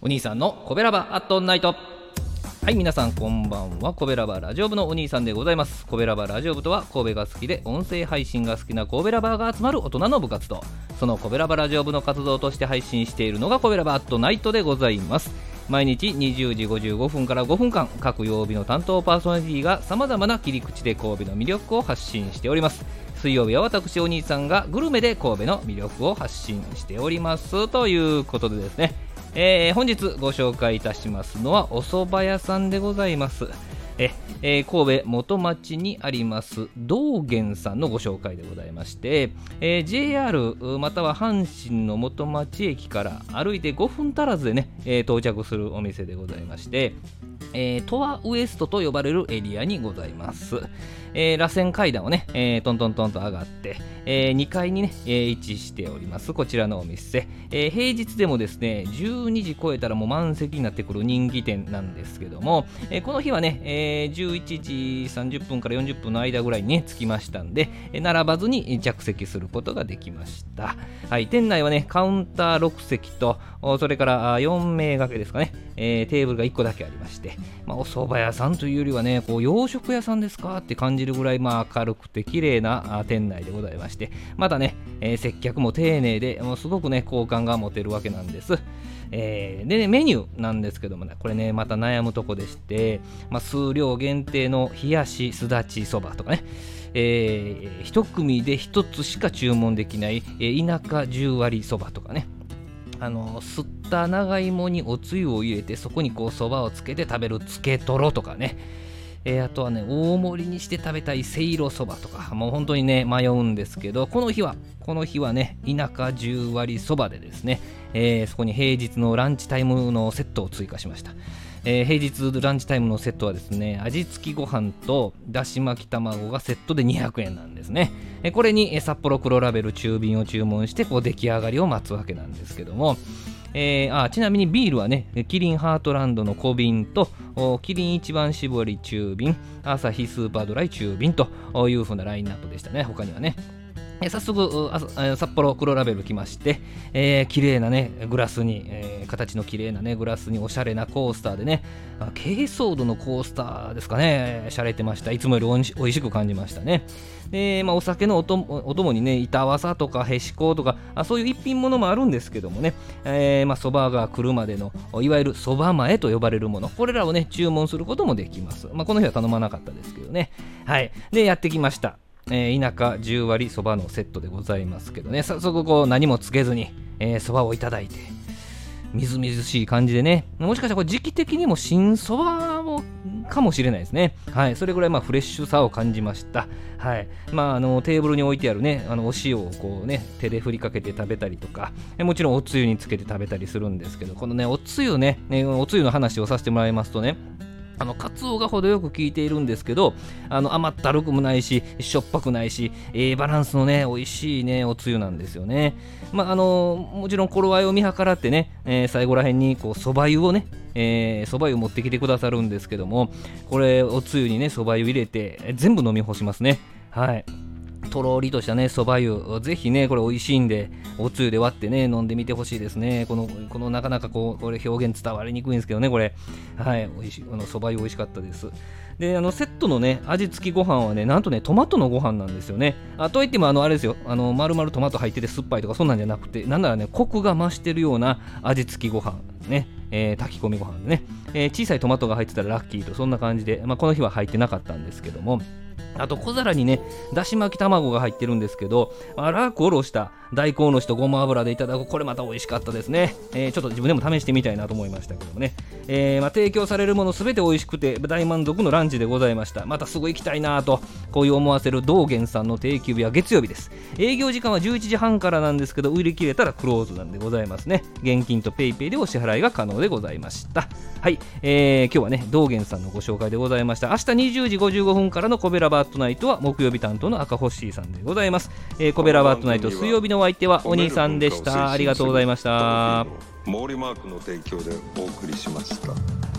お兄さんのコベラバアットナイト。はい、皆さんこんばんは。コベラバラジオ部のお兄さんでございます。コベラバラジオ部とは、神戸が好きで音声配信が好きな神戸ラバーが集まる大人の部活動。そのコベラバラジオ部の活動として配信しているのがコベラバアットナイトでございます。毎日20時55分から5分間、各曜日の担当パーソナリティが様々な切り口で神戸の魅力を発信しております。水曜日は私お兄さんがグルメで神戸の魅力を発信しておりますということでですね、本日ご紹介いたしますのはお蕎麦屋さんでございます。神戸元町にあります道元さんのご紹介でございまして、JR または阪神の元町駅から歩いて5分足らずでね、到着するお店でございまして、トワウエストと呼ばれるエリアにございます。螺旋階段をね、トントントンと上がって、2階にね、位置しておりますこちらのお店、平日でもですね12時超えたらもう満席になってくる人気店なんですけども、この日はね、11時30分から40分の間ぐらいに、ね、着きましたんで、並ばずに着席することができました。はい、店内はねカウンター6席とそれから4名掛けですかね、テーブルが1個だけありまして、お蕎麦屋さんというよりはねこう洋食屋さんですかって感じるぐらい、明るくて綺麗な店内でございまして、またね、接客も丁寧で、もうすごくね好感が持てるわけなんです。でね、メニューなんですけどもね、これねまた悩むとこでして、数量限定の冷やしすだちそばとかね、一組で一つしか注文できない、田舎十割そばとかね、すった長芋におつゆを入れてそこにこうそばをつけて食べるつけとろとかね、あとはね大盛りにして食べたいせいろそばとか、もう本当にね迷うんですけど、この日はね田舎十割そばでですね、そこに平日のランチタイムのセットを追加しました。平日ランチタイムのセットはですね、味付きご飯とだし巻き卵がセットで200円なんですね。これに札幌黒ラベル中瓶を注文してこう出来上がりを待つわけなんですけども、ちなみにビールはねキリンハートランドの小瓶とキリン一番搾り中瓶、アサヒスーパードライ中瓶という風なラインナップでしたね。他にはね早速札幌黒ラベル来まして、綺麗なねグラスに、形の綺麗なねグラスにおしゃれなコースターでね、珪藻土のコースターですかね、しゃれてました。いつもよりおいしく感じましたね。で、お酒のお供にね板わさとかへしことかそういう一品物もあるんですけどもね、そばが来るまでのいわゆるそば前と呼ばれるもの、これらをね注文することもできます。この日は頼まなかったですけどね。はい、でやってきました。田舎十割そばのセットでございますけどね、早速こう何もつけずにそばをいただいて、みずみずしい感じでね、もしかしたらこれ時期的にも新そばかもしれないですね。はい、それぐらいフレッシュさを感じました。はい、テーブルに置いてあるねお塩をこうね手で振りかけて食べたりとか、もちろんおつゆにつけて食べたりするんですけど、このねおつゆの話をさせてもらいますとね、カツオが程よく効いているんですけど、甘ったるくもないししょっぱくないし、バランスのね美味しいねおつゆなんですよね。もちろん頃合いを見計らってね、最後らへんにこうそば湯をねそば湯持ってきてくださるんですけども、これおつゆにねそば湯入れて全部飲み干しますね。はい、とろりとしたねそば湯、ぜひねこれ美味しいんでおつゆで割ってね飲んでみてほしいですね。このなかなかこれ表現伝わりにくいんですけどね、これはい美味しい、そば湯美味しかったです。でセットのね味付きご飯はねなんとねトマトのご飯なんですよね。といってもあれですよ、丸々トマト入ってて酸っぱいとかそんなんじゃなくて、なんならねコクが増してるような味付きご飯ね、炊き込みご飯でね、小さいトマトが入ってたらラッキーと、そんな感じで、この日は入ってなかったんですけども、あと小皿にねだし巻き卵が入ってるんですけど、粗くおろした大根おろしとごま油でいただく、これまた美味しかったですね。ちょっと自分でも試してみたいなと思いましたけどもね、提供されるものすべて美味しくて大満足のランチでございました。またすぐ行きたいなとこういう思わせる道元さんの定休日は月曜日です。営業時間は11時半からなんですけど、売り切れたらクローズなんでございますね。現金とペイペイでお支払いが可能でございました。はい、今日はね道元さんのご紹介でございました。明日20時55分からのコベラバートナイトは木曜日担当の赤星さんでございます。コベラバートナイト水曜日のお相手はお兄さんでした。ありがとうございました。 毛利マークの提供でお送りしました。